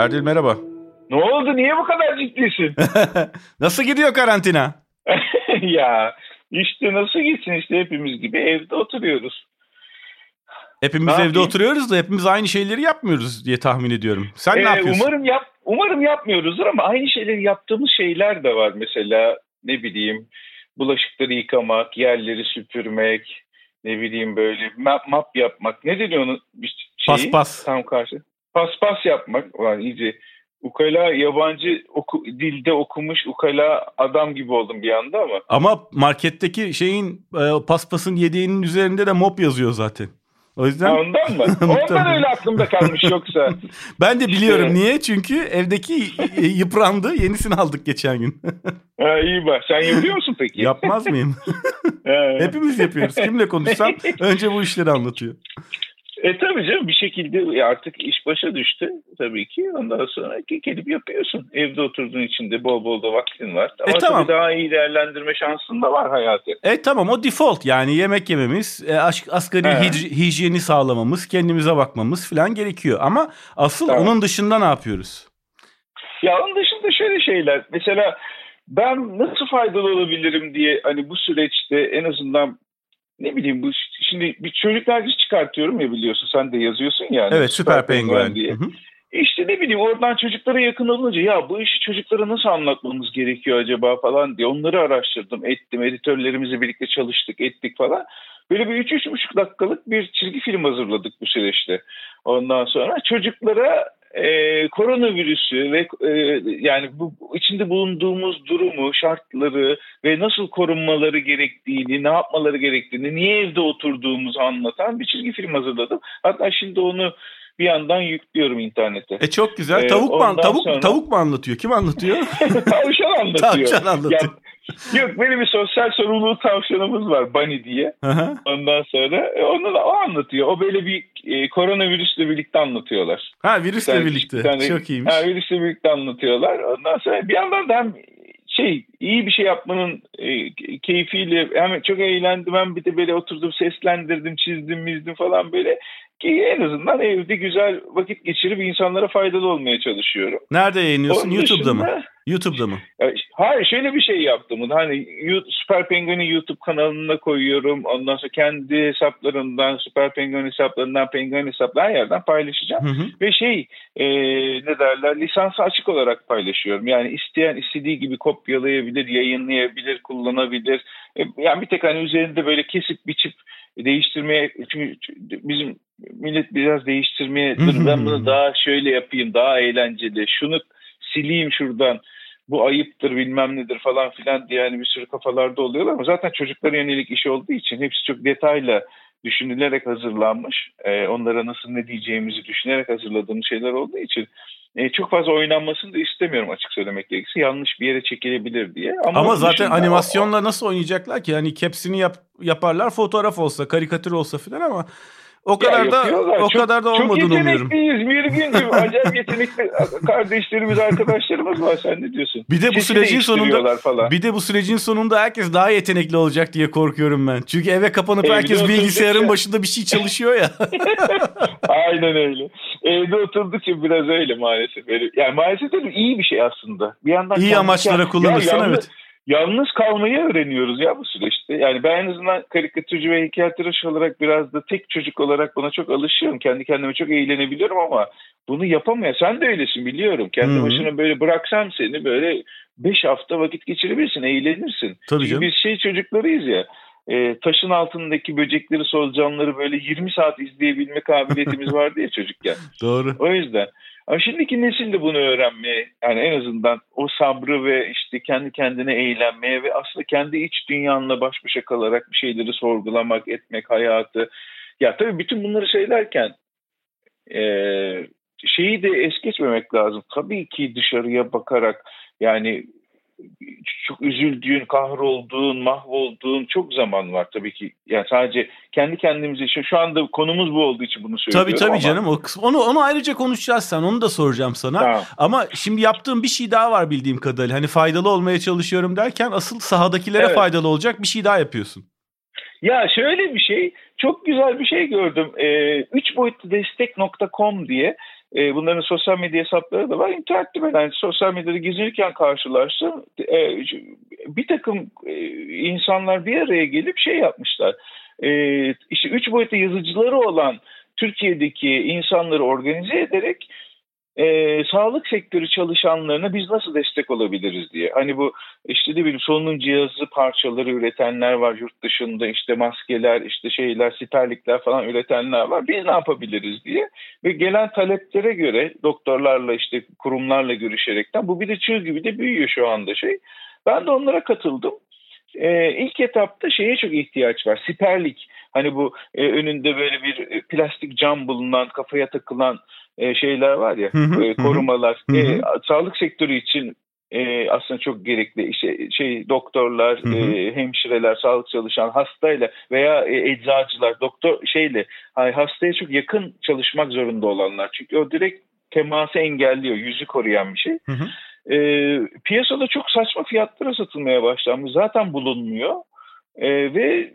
Erdil merhaba. Ne oldu? Niye bu kadar ciddisin? Nasıl gidiyor karantina? Ya işte nasıl gitsin, işte hepimiz gibi evde oturuyoruz. Hepimiz evde oturuyoruz da hepimiz aynı şeyleri yapmıyoruz diye tahmin ediyorum. Sen ne yapıyorsun? Umarım yapmıyoruzdur ama aynı şeyleri yaptığımız şeyler de var. Mesela ne bileyim, bulaşıkları yıkamak, yerleri süpürmek, ne bileyim böyle map yapmak. Ne dedi onun şeyi? Paspas. Tam karşı. Paspas yapmak. Var iyice. Ukala yabancı dilde okumuş ukala adam gibi oldum bir anda ama. Ama marketteki şeyin paspasın yediğinin üzerinde de mop yazıyor zaten. O yüzden... Ondan mı? Ondan öyle aklımda kalmış yoksa. Ben de biliyorum işte... Niye? Çünkü evdeki yıprandı. Yenisini aldık geçen gün. İyi bak. Sen yapıyor musun peki? Yapmaz mıyım? Hepimiz yapıyoruz. Kimle konuşsam önce bu işleri anlatıyor. Tabii canım, bir şekilde artık iş başa düştü tabii ki. Ondan sonra gelip yapıyorsun. Evde oturduğun için de bol bol da vaktin var. Ama tamam. Tabii daha iyi değerlendirme şansın da var hayatı. Tamam, o default yani yemek yememiz, asgari hijyeni sağlamamız, kendimize bakmamız falan gerekiyor. Ama asıl onun dışında ne yapıyoruz? Ya onun dışında şöyle şeyler. Mesela ben nasıl faydalı olabilirim diye hani bu süreçte en azından ne bileyim bu şimdi bir çocuk dergisi çıkartıyorum ya, biliyorsun sen de yazıyorsun yani. Evet, Süper Penguen diye. İşte ne bileyim oradan çocuklara yakın olunca ya bu işi çocuklara nasıl anlatmamız gerekiyor acaba falan diye onları araştırdım, ettim. Editörlerimizle birlikte çalıştık, ettik falan. Böyle bir 3-3,5 dakikalık bir çizgi film hazırladık bu süreçte. Ondan sonra çocuklara koronavirüsü ve yani bu içinde bulunduğumuz durumu, şartları ve nasıl korunmaları gerektiğini, ne yapmaları gerektiğini, niye evde oturduğumuzu anlatan bir çizgi film hazırladım. Hatta şimdi onu bir yandan yüklüyorum internete. Çok güzel. Tavuk mu anlatıyor? Kim anlatıyor? Tavşan anlatıyor. Tavşan anlatıyor. Yok, benim bir sosyal sorumluluğu tavşanımız var, Bunny diye. Aha. Ondan sonra onu da o anlatıyor. O böyle bir koronavirüsle birlikte anlatıyorlar. Virüsle birlikte. Çok iyiymiş. Virüsle birlikte anlatıyorlar. Ondan sonra bir yandan da hem iyi bir şey yapmanın keyfiyle hem çok eğlendim, hem bir de böyle oturdum seslendirdim, çizdim falan böyle ki en azından evde güzel vakit geçirip insanlara faydalı olmaya çalışıyorum. Nerede yayınlıyorsun? Onun YouTube'da dışında, mı? YouTube'da mı? Hayır, şöyle bir şey yaptım. Hani Süper Penguin'i YouTube kanalına koyuyorum. Ondan sonra kendi hesaplarımdan, Süper Penguin hesaplarından, Penguin hesaplarından her yerden paylaşacağım. Ve ne derler, lisansı açık olarak paylaşıyorum. Yani isteyen istediği gibi kopyalayabilir, yayınlayabilir, kullanabilir. Yani bir tek hani üzerinde böyle kesip biçip değiştirmeye, çünkü bizim millet biraz değiştirmeye, ben bunu daha şöyle yapayım, daha eğlenceli, şunu sileyim şuradan, bu ayıptır bilmem nedir falan filan diye yani bir sürü kafalarda oluyorlar ama zaten çocuklara yönelik iş olduğu için hepsi çok detayla düşünülerek hazırlanmış. Onlara nasıl ne diyeceğimizi düşünerek hazırladığımız şeyler olduğu için çok fazla oynanmasını da istemiyorum, açık söylemek gerekirse. Yanlış bir yere çekilebilir diye. Ama zaten animasyonla nasıl oynayacaklar ki? Hani caps'ini yaparlar, fotoğraf olsa, karikatür olsa filan ama o kadar da olmadığını umuyorum. Çok yetenekliyiz Mirgüncüğüm. Acayip yetenekli kardeşlerimiz, arkadaşlarımız var. Sen ne diyorsun? Bir de bu sürecin sonunda herkes daha yetenekli olacak diye korkuyorum ben. Çünkü eve kapanıp herkes bilgisayarın başında bir şey çalışıyor ya. Aynen öyle. Evde oturdukça biraz öyle maalesef. Yani maalesef de iyi bir şey aslında. Bir yandan iyi amaçlara kullanırsan evet. Yalnız kalmayı öğreniyoruz ya bu süreçte. Yani ben en azından karikatürcü ve heykeltıraş olarak biraz da tek çocuk olarak buna çok alışıyorum. Kendi kendime çok eğlenebiliyorum ama bunu yapamıyor. Sen de öylesin biliyorum. Kendi başına böyle bıraksam seni böyle 5 hafta vakit geçirebilirsin, eğlenirsin. Tabii Çünkü biz çocuklarıyız ya. Taşın altındaki böcekleri, solucanları böyle 20 saat izleyebilme kabiliyetimiz vardı ya çocukken. Doğru. O yüzden. Ama şimdiki nesil de bunu öğrenmeye, yani en azından o sabrı ve işte kendi kendine eğlenmeye ve aslında kendi iç dünyanla baş başa kalarak bir şeyleri sorgulamak, etmek, hayatı. Ya tabii bütün bunları söylerken şeyi de es geçmemek lazım. Tabii ki dışarıya bakarak yani çok üzüldüğün, kahrolduğun, mahvolduğun çok zaman var tabii ki. Yani sadece kendi kendimize şu anda konumuz bu olduğu için bunu söylüyorum. Tabii canım, onu ayrıca konuşacağız, sen onu da soracağım sana. Tamam. Ama şimdi yaptığım bir şey daha var bildiğim kadarıyla. Hani faydalı olmaya çalışıyorum derken asıl sahadakilere faydalı olacak bir şey daha yapıyorsun. Ya şöyle bir şey, çok güzel bir şey gördüm. 3boyutludestek.com diye bunların sosyal medya hesapları da var. İnternette yani sosyal medyada gezinirken karşılaştım. Bir takım insanlar bir araya gelip şey yapmışlar. İşte 3 boyutlu yazıcıları olan Türkiye'deki insanları organize ederek sağlık sektörü çalışanlarına biz nasıl destek olabiliriz diye. Hani bu işte ne bileyim solunum cihazı parçaları üretenler var yurt dışında, işte maskeler, işte şeyler, siperlikler falan üretenler var. Biz ne yapabiliriz diye. Ve gelen taleplere göre doktorlarla, işte kurumlarla görüşerekten bu bir de çığ gibi de büyüyor şu anda şey. Ben de onlara katıldım. İlk etapta şeye çok ihtiyaç var. Siperlik. Hani bu önünde böyle bir plastik cam bulunan, kafaya takılan şeyler var ya, korumalar. Sağlık sektörü için aslında çok gerekli. İşte doktorlar, hemşireler, sağlık çalışan hastayla veya eczacılar, hastaya çok yakın çalışmak zorunda olanlar. Çünkü o direkt teması engelliyor, yüzü koruyan bir şey. Piyasada çok saçma fiyatlara satılmaya başlanmış. Zaten bulunmuyor. Ve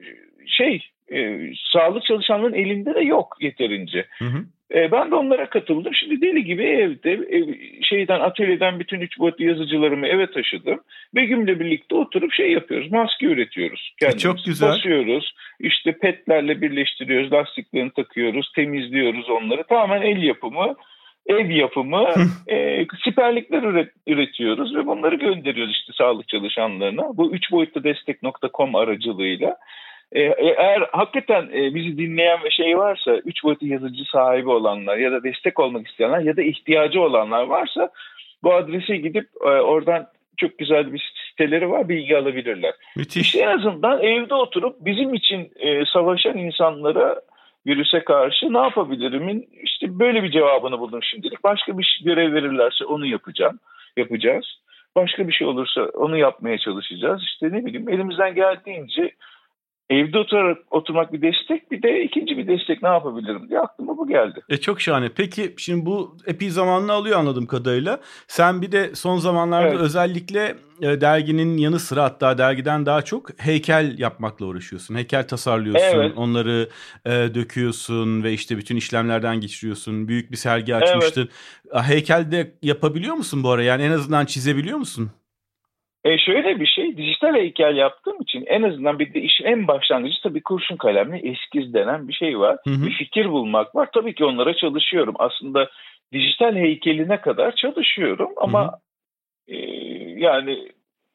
sağlık çalışanların elinde de yok yeterince. Ben de onlara katıldım. Şimdi deli gibi evde atölyeden bütün 3 boyutlu yazıcılarımı eve taşıdım. Begüm'le birlikte oturup yapıyoruz. Maske üretiyoruz kendimiz. Çok güzel. Basıyoruz. İşte petlerle birleştiriyoruz. Lastiklerini takıyoruz. Temizliyoruz onları. Tamamen el yapımı, ev yapımı siperlikler üretiyoruz ve bunları gönderiyoruz işte sağlık çalışanlarına. Bu 3boyutludestek.com aracılığıyla. Eğer hakikaten bizi dinleyen ve varsa, 3 boyutlu yazıcı sahibi olanlar ya da destek olmak isteyenler ya da ihtiyacı olanlar varsa bu adrese gidip oradan çok güzel bir siteleri var, bilgi alabilirler. Müthiş. İşte en azından evde oturup bizim için savaşan insanlara, virüse karşı ne yapabilirimin işte böyle bir cevabını buldum şimdilik. Başka bir görev verirlerse onu yapacağız. Başka bir şey olursa onu yapmaya çalışacağız. İşte ne bileyim, elimizden geldiğince evde oturmak bir destek, bir de ikinci bir destek ne yapabilirim diye aklıma bu geldi. Çok şahane. Peki şimdi bu epey zamanını alıyor anladığım kadarıyla. Sen bir de son zamanlarda özellikle derginin yanı sıra, hatta dergiden daha çok heykel yapmakla uğraşıyorsun. Heykel tasarlıyorsun, onları döküyorsun ve işte bütün işlemlerden geçiriyorsun. Büyük bir sergi açmıştın. Heykel de yapabiliyor musun bu ara? Yani en azından çizebiliyor musun? Şöyle bir şey, dijital heykel yaptığım için en azından bir de işin en başlangıcı tabii kurşun kalemle eskiz denen bir şey var. Bir fikir bulmak var. Tabii ki onlara çalışıyorum. Aslında dijital heykeline kadar çalışıyorum ama yani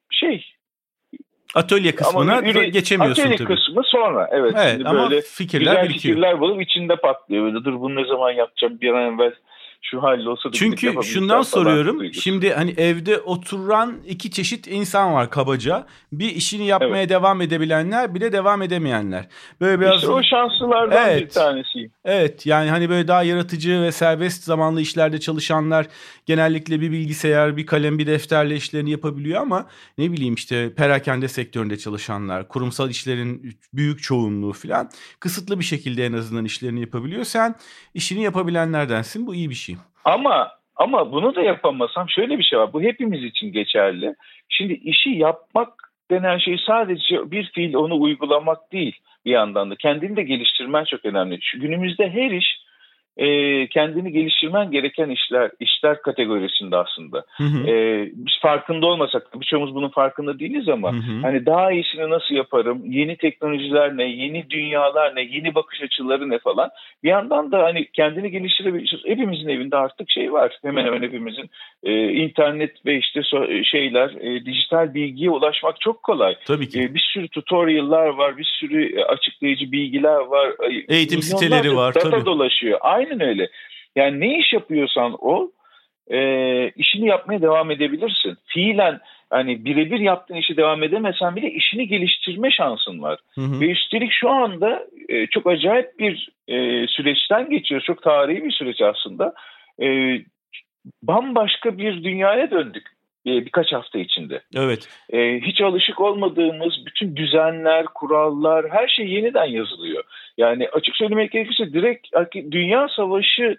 atölye kısmına geçemiyorsun atölye tabii. Kısmı sonra. Evet ama böyle fikirler birikiyor. Fikirler bulup içinde patlıyor. Böyle dur bunu ne zaman yapacağım, bir an evvel şu hallolsa da. Çünkü şundan soruyorum. Şimdi hani evde oturan iki çeşit insan var kabaca. Bir işini yapmaya devam edebilenler, bir de devam edemeyenler. Böyle biraz İşte o şanslılardan bir tanesiyim. Evet, yani hani böyle daha yaratıcı ve serbest zamanlı işlerde çalışanlar genellikle bir bilgisayar, bir kalem, bir defterle işlerini yapabiliyor ama ne bileyim işte perakende sektöründe çalışanlar, kurumsal işlerin büyük çoğunluğu falan kısıtlı bir şekilde en azından işlerini yapabiliyor. Sen işini yapabilenlerdensin. Bu iyi bir şey. Ama bunu da yapamasam şöyle bir şey var. Bu hepimiz için geçerli. Şimdi işi yapmak denen şey sadece bir fiil, onu uygulamak değil bir yandan da. Kendini de geliştirmen çok önemli. Şu günümüzde her iş kendini geliştirmen gereken işler kategorisinde aslında. Biz farkında olmasak, birçoğumuz bunun farkında değiliz ama hani daha iyisini nasıl yaparım, yeni teknolojiler ne, yeni dünyalar ne, yeni bakış açıları ne falan. Bir yandan da hani kendini geliştirebiliyoruz. Hepimizin evinde artık var. Hemen hemen hepimizin internet ve işte dijital bilgiye ulaşmak çok kolay. Tabii ki. Bir sürü tutorial'lar var, bir sürü açıklayıcı bilgiler var. Eğitim siteleri var. Data tabii. dolaşıyor. Aynen öyle. Yani ne iş yapıyorsan işini yapmaya devam edebilirsin. Fiilen hani birebir yaptığın işi devam edemesen bile işini geliştirme şansın var. Ve üstelik şu anda çok acayip bir süreçten geçiyor. Çok tarihi bir süreç aslında. Bambaşka bir dünyaya döndük birkaç hafta içinde. Evet. Hiç alışık olmadığımız bütün düzenler, kurallar, her şey yeniden yazılıyor. Yani açık söylemek gerekirse direkt dünya savaşı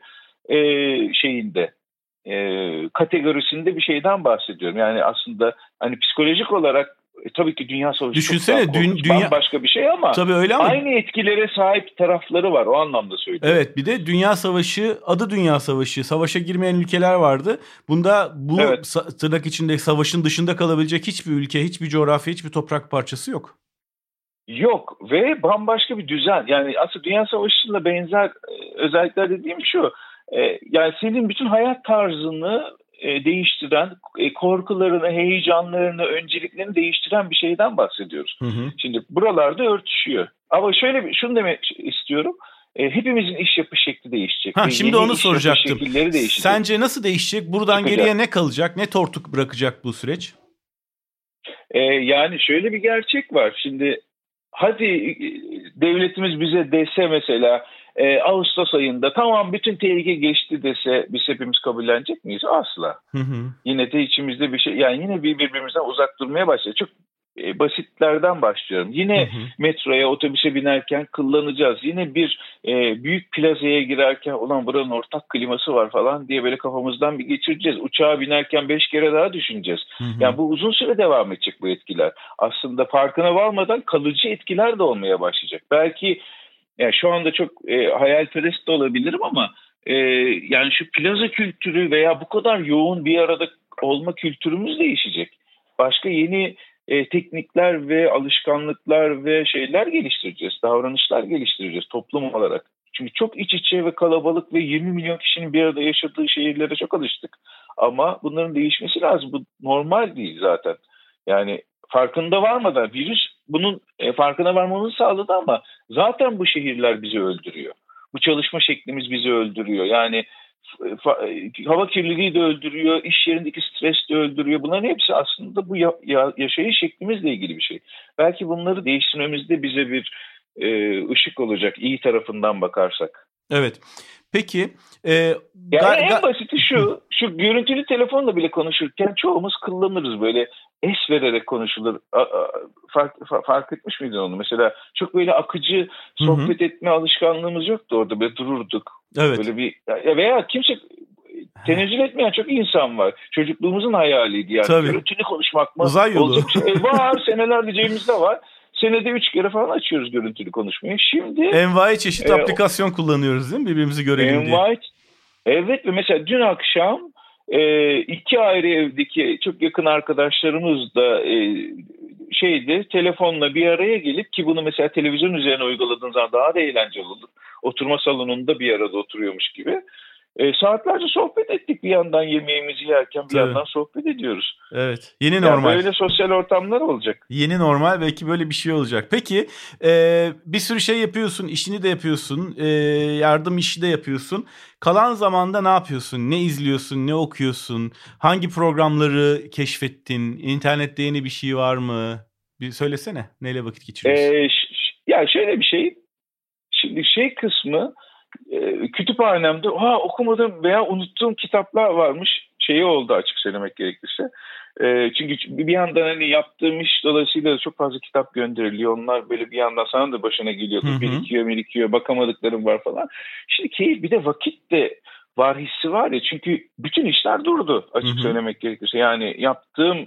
kategorisinde bir şeyden bahsediyorum. Yani aslında hani psikolojik olarak tabii ki Dünya Savaşı düşünsene, çok daha bambaşka bir şey ama, tabii öyle ama aynı etkilere sahip tarafları var, o anlamda söylüyorum. Evet, bir de Dünya Savaşı, adı Dünya Savaşı, savaşa girmeyen ülkeler vardı. Bunda bu tırnak içinde savaşın dışında kalabilecek hiçbir ülke, hiçbir coğrafya, hiçbir toprak parçası yok. Yok ve bambaşka bir düzen. Yani aslında Dünya Savaşı'nda benzer özellikler dediğim şu. Yani senin bütün hayat tarzını değiştiren, korkularını, heyecanlarını, önceliklerini değiştiren bir şeyden bahsediyoruz. Şimdi buralarda örtüşüyor. Ama şunu demek istiyorum. Hepimizin iş yapış şekli değişecek. Şimdi onu soracaktım. Sence nasıl değişecek? Buradan geriye ne kalacak? Ne tortuk bırakacak bu süreç? Yani şöyle bir gerçek var. Şimdi hadi devletimiz bize dese mesela Ağustos ayında tamam bütün tehlike geçti dese, biz hepimiz kabullenecek miyiz? Asla. Yine de içimizde bir şey, yani yine birbirimizden uzak durmaya başlayacak. Çok basitlerden başlıyorum. Yine metroya, otobüse binerken kullanacağız. Yine bir büyük plazaya girerken ulan buranın ortak kliması var falan diye böyle kafamızdan bir geçireceğiz. Uçağa binerken 5 kere daha düşüneceğiz. Yani bu uzun süre devam edecek bu etkiler. Aslında farkına varmadan kalıcı etkiler de olmaya başlayacak. Belki yani şu anda çok hayalperest de olabilirim ama yani şu plaza kültürü veya bu kadar yoğun bir arada olma kültürümüz değişecek. Başka yeni teknikler ve alışkanlıklar ve şeyler geliştireceğiz. Davranışlar geliştireceğiz toplum olarak. Çünkü çok iç içe ve kalabalık ve 20 milyon kişinin bir arada yaşadığı şehirlere çok alıştık. Ama bunların değişmesi lazım. Bu normal değil zaten. Yani farkında varmadan virüs bunun farkına varmamızı sağladı ama zaten bu şehirler bizi öldürüyor. Bu çalışma şeklimiz bizi öldürüyor. Yani hava kirliliği de öldürüyor, iş yerindeki stres de öldürüyor. Bunların hepsi aslında bu yaşayış şeklimizle ilgili bir şey. Belki bunları değiştirmemizde bize bir ışık olacak, iyi tarafından bakarsak. Evet. Peki. Yani en basiti şu görüntülü telefonla bile konuşurken çoğumuz kullanırız böyle. Es vererek konuşulur. Fark etmiş miydin onu? Mesela çok böyle akıcı sohbet etme alışkanlığımız yoktu orada. Böyle dururduk. Evet. Böyle bir veya kimse tenezzül etmeyen çok insan var. Çocukluğumuzun hayaliydi yani. Tabii. Görüntülü konuşmak mı? Uzay yolu. Var. Senelerce cebimizde var. Senede 3 kere falan açıyoruz görüntülü konuşmayı. Şimdi envai çeşit aplikasyon kullanıyoruz değil mi? Birbirimizi görelim diye. Evet ve mesela dün akşam 2 ayrı evdeki çok yakın arkadaşlarımız da telefonla bir araya gelip, ki bunu mesela televizyon üzerine uyguladığınız zaman daha da eğlenceli olur. Oturma salonunda bir arada oturuyormuş gibi. Saatlerce sohbet ettik, bir yandan yemeğimizi yerken bir yandan sohbet ediyoruz. Evet. Yeni normal. Yani böyle sosyal ortamlar olacak. Yeni normal, belki böyle bir şey olacak. Peki bir sürü şey yapıyorsun, işini de yapıyorsun, yardım işi de yapıyorsun. Kalan zamanda ne yapıyorsun? Ne izliyorsun, ne okuyorsun? Hangi programları keşfettin? İnternette yeni bir şey var mı? Bir söylesene. Neyle vakit geçiriyorsun? Ya şöyle bir şey. Şimdi kısmı kütüphanemde okumadığım veya unuttuğum kitaplar varmış şeyi oldu, açık söylemek gerekirse. Çünkü bir yandan hani yaptığım iş dolayısıyla çok fazla kitap gönderiliyor. Onlar böyle bir yandan sana da başına geliyordu. Birikiyor, bakamadıklarım var falan. Şimdi keyif, bir de vakit de var hissi var ya. Çünkü bütün işler durdu, açık söylemek gerekirse. Yani yaptığım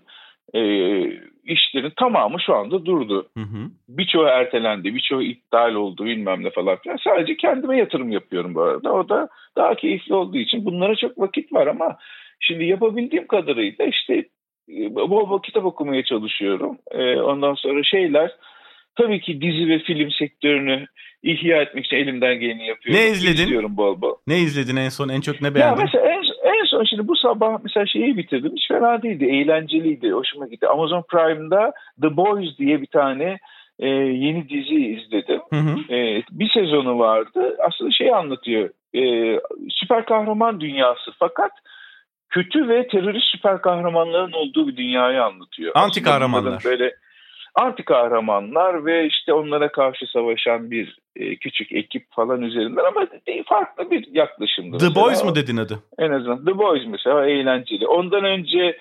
işlerin tamamı şu anda durdu. Birçoğu ertelendi, birçoğu iptal oldu, bilmem ne falan filan. Sadece kendime yatırım yapıyorum bu arada. O da daha keyifli olduğu için bunlara çok vakit var ama şimdi yapabildiğim kadarıyla işte bol bol kitap okumaya çalışıyorum. Ondan sonra tabii ki dizi ve film sektörünü ihya etmek için elimden geleni yapıyorum. Ne izledin? İzliyorum bol bol. Ne izledin en son? En çok ne beğendin? Ya mesela en son şimdi bu sabah mesela bitirdim. Hiç fena değildi. Eğlenceliydi. Hoşuma gitti. Amazon Prime'da The Boys diye bir tane yeni dizi izledim. Bir sezonu vardı. Aslında anlatıyor. Süper kahraman dünyası, fakat kötü ve terörist süper kahramanların olduğu bir dünyayı anlatıyor. Anti kahramanlar. Böyle anti kahramanlar ve işte onlara karşı savaşan bir küçük ekip falan üzerinden, ama farklı bir yaklaşımdı. The Boys mu dedin adı? En azından The Boys mesela eğlenceli. Ondan önce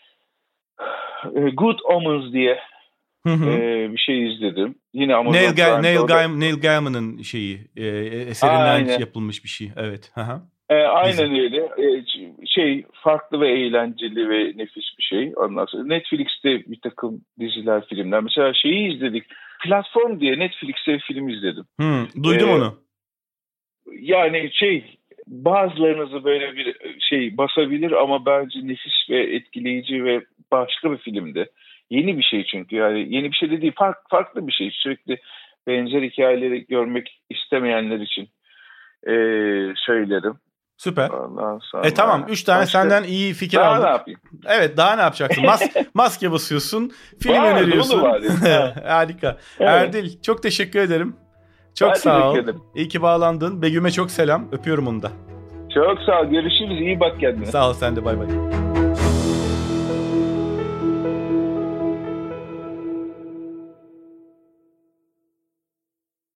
Good Omens diye bir şey izledim. Yine Amazon Neil Gaiman'ın eserinden yapılmış bir şey. Evet. Aynen öyle. Farklı ve eğlenceli ve nefis bir şey. Ondan sonra Netflix'te bir takım diziler, filmler. Mesela şeyi izledik. Platform diye Netflix'te bir film izledim. Duydum onu. Yani bazılarınızı böyle bir basabilir ama bence nefis ve etkileyici ve başka bir filmdi. Yeni bir şey çünkü. Yani yeni bir şey de değil. Farklı bir şey. Sürekli benzer hikayeleri görmek istemeyenler için söylerim. Süper. Tamam. 3 tane senden iyi fikir aldık. Daha ne yapayım? Evet, daha ne yapacaksın? Maske basıyorsun. Film öneriyorsun. Harika. Evet. Erdil, çok teşekkür ederim. Çok sağ ol. İyi ki bağlandın. Begüm'e çok selam. Öpüyorum onu da. Çok sağ ol. Görüşürüz. İyi bak kendine. Sağ ol sen de. Bay bay.